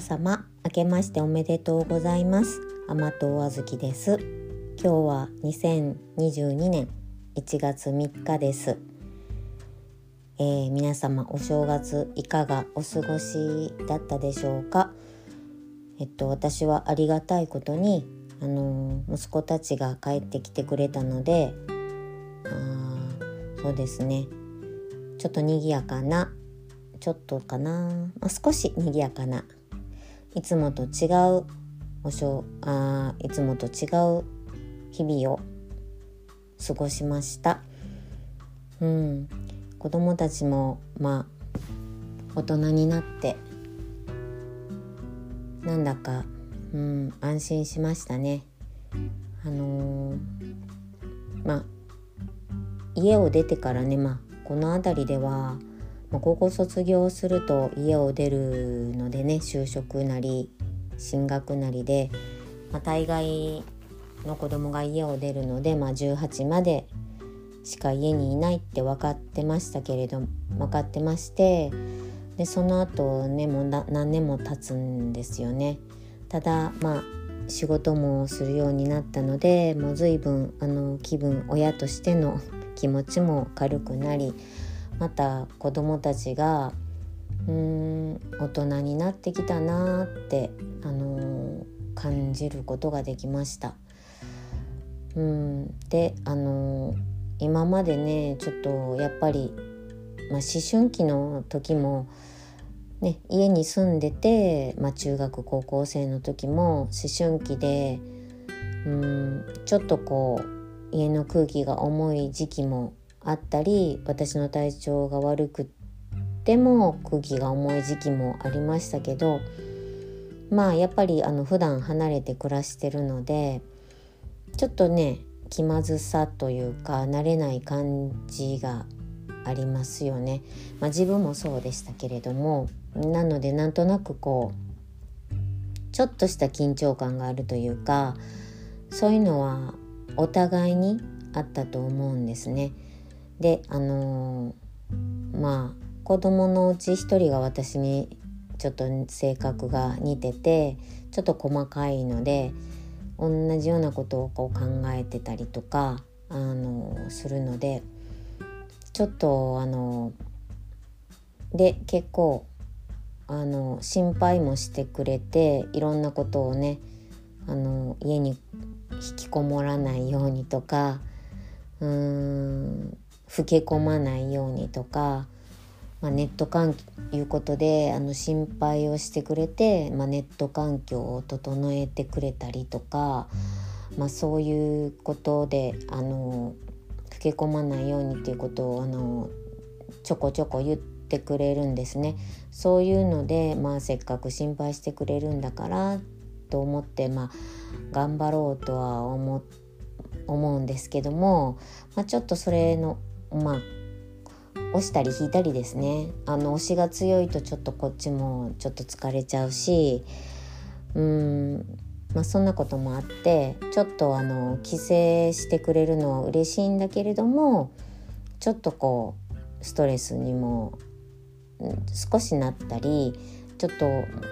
様、明けましておめでとうございます。甘党あずきです。今日は2022年1月3日です。皆様お正月いかがお過ごしだったでしょうか。私はありがたいことに息子たちが帰ってきてくれたので、そうですね、ちょっと賑やかな、少し賑やかないつもと違う日々を過ごしました。子供たちも大人になってなんだか安心しましたね。家を出てからね、この辺りでは高校卒業すると家を出るのでね、就職なり進学なりで、大概の子供が家を出るので、18までしか家にいないって分かってまして、でその後ね、もう何年も経つんですよね。ただ仕事もするようになったので、もう随分親としての気持ちも軽くなり、また子供たちが大人になってきたなって、感じることができました。で今までね、ちょっとやっぱり、思春期の時もね、家に住んでて、中学高校生の時も思春期でちょっと家の空気が重い時期もあったり、私の体調が悪くても空気が重い時期もありましたけど、やっぱり普段離れて暮らしてるので、ちょっとね、気まずさというか慣れない感じがありますよね。自分もそうでしたけれども、なのでなんとなくちょっとした緊張感があるというか、そういうのはお互いにあったと思うんですね。で子供のうち一人が私にちょっと性格が似てて、ちょっと細かいので同じようなことを考えてたりとかするので、ちょっとで結構心配もしてくれて、いろんなことをね家に引きこもらないようにとか、老け込まないようにとか、ネット環境いうことで心配をしてくれて、ネット環境を整えてくれたりとか、そういうことで老け込まないようにっていうことをちょこちょこ言ってくれるんですね。そういうので、せっかく心配してくれるんだからと思って、頑張ろうとは思うんですけども、ちょっとそれの押したり引いたりですね。押しが強いとちょっとこっちもちょっと疲れちゃうし、そんなこともあって、ちょっと帰省してくれるのは嬉しいんだけれども、ちょっとストレスにも少しなったり、ちょっと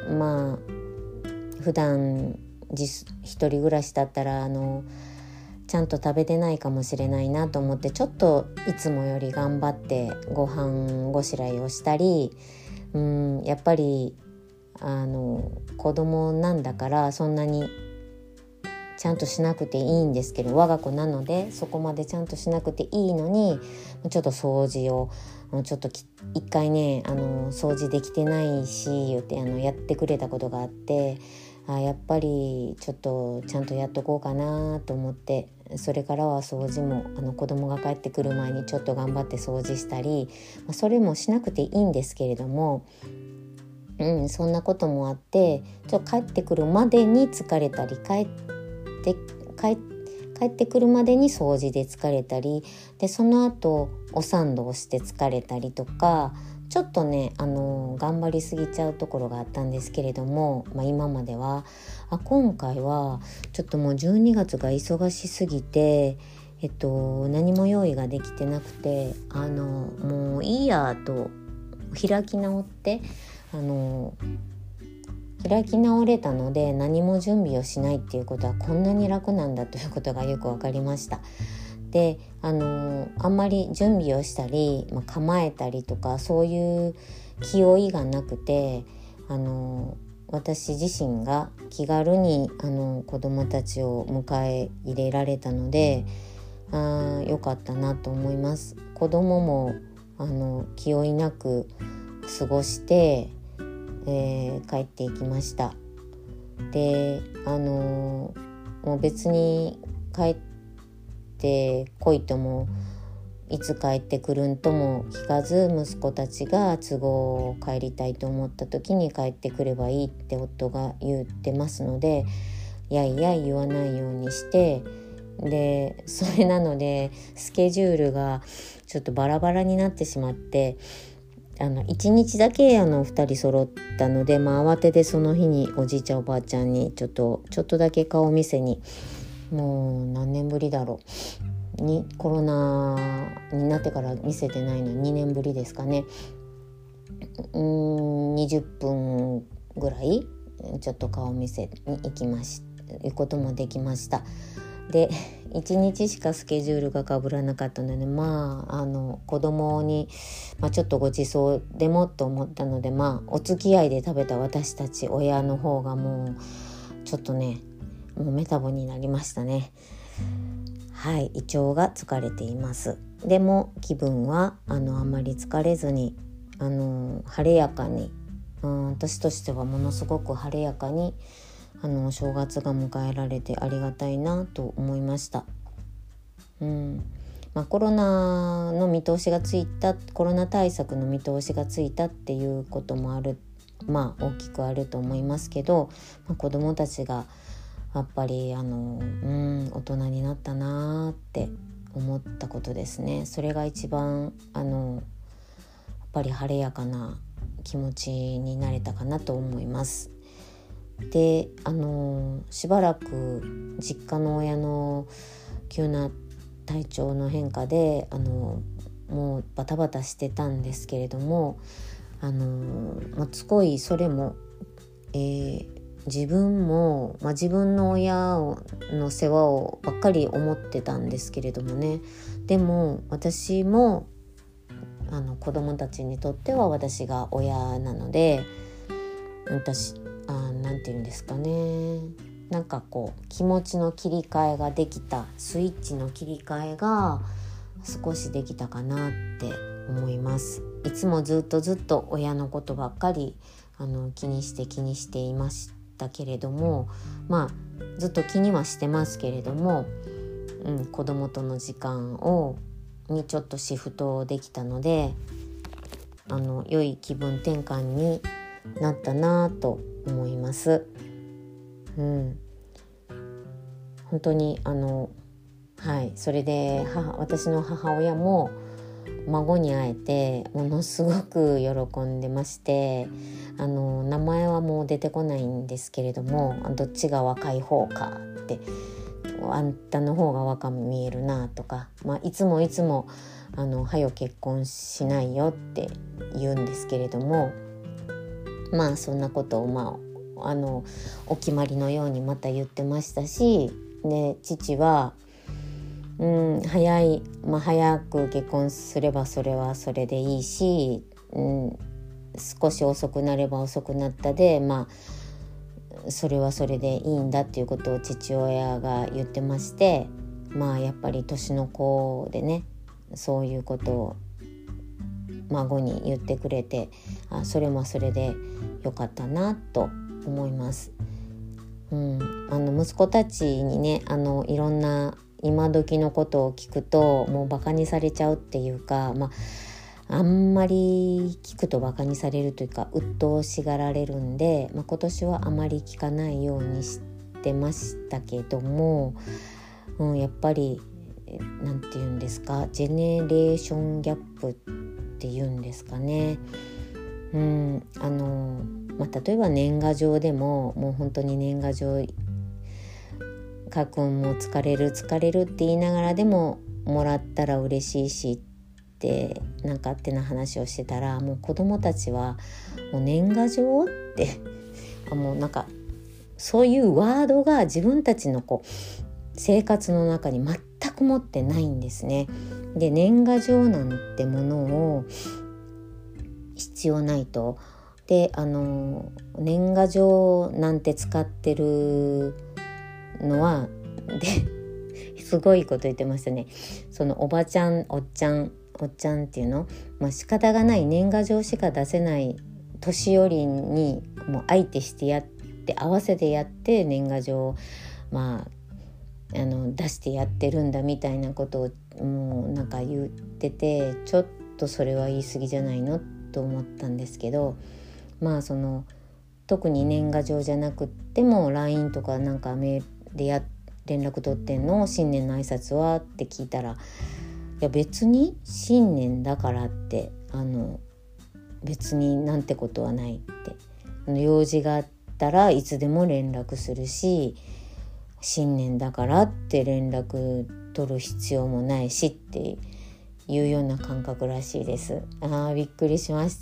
普段一人暮らしだったらちゃんと食べてないかもしれないなと思って、ちょっといつもより頑張ってご飯ごしらえをしたり、やっぱり子供なんだからそんなにちゃんとしなくていいんですけど、我が子なのでそこまでちゃんとしなくていいのに、ちょっと掃除をちょっと一回ね掃除できてないし言ってやってくれたことがあって、やっぱりちょっとちゃんとやっとこうかなと思って、それからは掃除も子供が帰ってくる前にちょっと頑張って掃除したり、それもしなくていいんですけれども、そんなこともあって、帰ってくるまでに疲れたり、帰ってくるまでに掃除で疲れたりで、その後お散歩をして疲れたりとか、ちょっとね頑張りすぎちゃうところがあったんですけれども、今までは今回はちょっともう12月が忙しすぎて何も用意ができてなくて、もういいやと開き直って開き直れたので、何も準備をしないっていうことはこんなに楽なんだということがよく分かりました。で、あんまり準備をしたり、構えたりとかそういう気負いがなくて、私自身が気軽に子どもたちを迎え入れられたので、良かったなと思います。子どもも気負いなく過ごして、帰っていきました。で、もう別に帰ってこいともいつ帰ってくるんとも聞かず、息子たちが都合帰りたいと思った時に帰ってくればいいって夫が言ってますので、やいやい言わないようにして、でそれなのでスケジュールがちょっとバラバラになってしまって、1日だけ2人揃ったので、慌ててその日におじいちゃんおばあちゃんにちょっとだけ顔見せに、もう何年ぶりだろうに、コロナになってから見せてないの2年ぶりですかね。20分ぐらいちょっと顔見せに行きましいうこともできました。で、1日しかスケジュールが被らなかったので、子供に、ちょっとご馳走でもと思ったので、お付き合いで食べた私たち親の方がもうちょっとね、もうメタボになりましたね。はい、胃腸が疲れています。でも気分はあんまり疲れずに、晴れやかに、私としてはものすごく晴れやかにお正月が迎えられてありがたいなと思いました。コロナの見通しがついた、コロナ対策の見通しがついたっていうこともある、大きくあると思いますけど、子どもたちがやっぱり大人になったなって思ったことですね。それが一番やっぱり晴れやかな気持ちになれたかなと思います。で、しばらく実家の親の急な体調の変化でもうバタバタしてたんですけれども、すごいそれも、自分も、自分の親の世話をばっかり思ってたんですけれどもね。でも私も子供たちにとっては私が親なので、なんていうんですかね、なんかこう気持ちの切り替えができた、スイッチの切り替えが少しできたかなって思います。いつもずっと親のことばっかり気にしていましたけれども、ずっと気にはしてますけれども、子供との時間にちょっとシフトできたので、良い気分転換になったなと思います。本当にそれで私の母親も孫に会えてものすごく喜んでまして、名前はもう出てこないんですけれども、どっちが若い方かって、あんたの方が若く見えるなとか、いつもはよ結婚しないよって言うんですけれども、そんなことをお決まりのようにまた言ってましたし、で父は早く結婚すればそれはそれでいいし、少し遅くなれば遅くなったでそれはそれでいいんだっていうことを父親が言ってまして、やっぱり年の子でね、そういうことを孫に言ってくれて、それもそれでよかったなと思います。息子たちにね、いろんな今時のことを聞くともうバカにされちゃうっていうか、あんまり聞くとバカにされるというか鬱陶しがられるんで、今年はあまり聞かないようにしてましたけども、やっぱりなんていうんですか、ジェネレーションギャップっていうんですかね。例えば年賀状でももう本当に年賀状書くんも疲れるって言いながらでももらったら嬉しいしってなんか勝手な話をしてたら、もう子供たちはもう年賀状ってもうなんかそういうワードが自分たちの生活の中に全く持ってないんですね。で、年賀状なんてものを必要ないと。で、年賀状なんて使ってるのはですごいこと言ってましたね。そのおばちゃんおっちゃんっていうの、仕方がない、年賀状しか出せない年寄りにもう相手してやって合わせてやって年賀状を出してやってるんだみたいなことをもうなんか言ってて、ちょっとそれは言い過ぎじゃないのと思ったんですけど、その特に年賀状じゃなくっても LINE とかなんかメールで連絡取ってんの、新年の挨拶はって聞いたら、いや別に新年だからって別になんてことはないって、用事があったらいつでも連絡するし、新年だからって連絡取る必要もないしっていうような感覚らしいです。びっくりしました。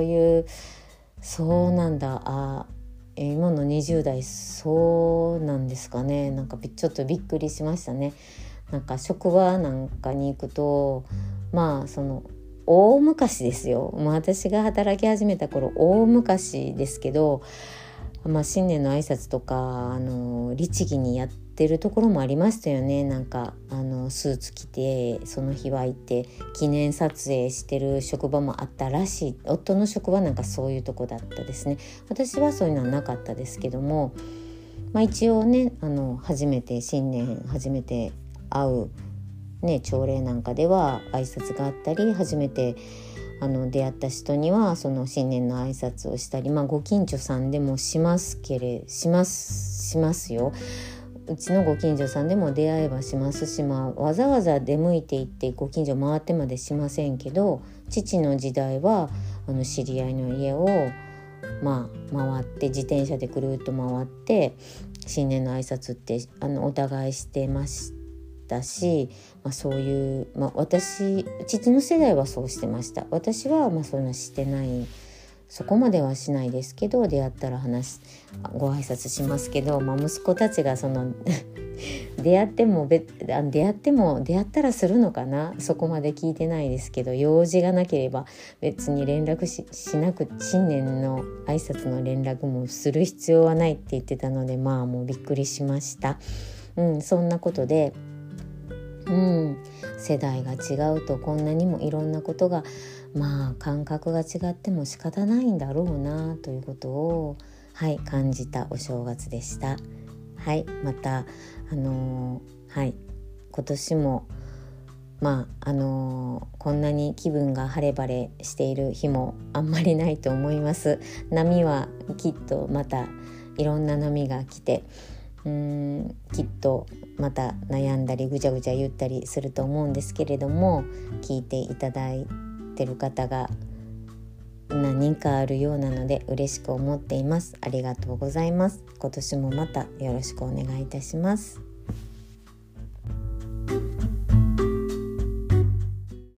そうなんだ。今の20代そうなんですかね。なんかちょっとびっくりしましたね。なんか職場なんかに行くと、その大昔ですよ。私が働き始めた頃大昔ですけど、新年の挨拶とか律儀にやってるところもありましたよね。なんかスーツ着てその日は行って記念撮影してる職場もあったらしい。夫の職場なんかそういうとこだったですね。私はそういうのはなかったですけども、一応ね新年初めて会う朝礼なんかでは挨拶があったり、初めて出会った人にはその新年の挨拶をしたり、ご近所さんでもしますよ。うちのご近所さんでも出会えばしますし、わざわざ出向いていってご近所回ってまでしませんけど、父の時代は知り合いの家を回って自転車でくるっと回って新年の挨拶ってお互いしてましたし、そういう、父の世代はそうしてました。私はそんなしてない、そこまではしないですけど、出会ったらご挨拶しますけど、息子たちが出会ったらするのかな、そこまで聞いてないですけど、用事がなければ別に連絡 しなく、新年の挨拶の連絡もする必要はないって言ってたので、もうびっくりしました。そんなことで世代が違うとこんなにもいろんなことが感覚が違っても仕方ないんだろうなということを感じたお正月でした。また今年もこんなに気分が晴れ晴れしている日もあんまりないと思います。波はきっとまたいろんな波が来てきっとまた悩んだりぐちゃぐちゃ言ったりすると思うんですけれども、聞いていただいてる方が何人かあるようなので嬉しく思っています。ありがとうございます。今年もまたよろしくお願いいたします。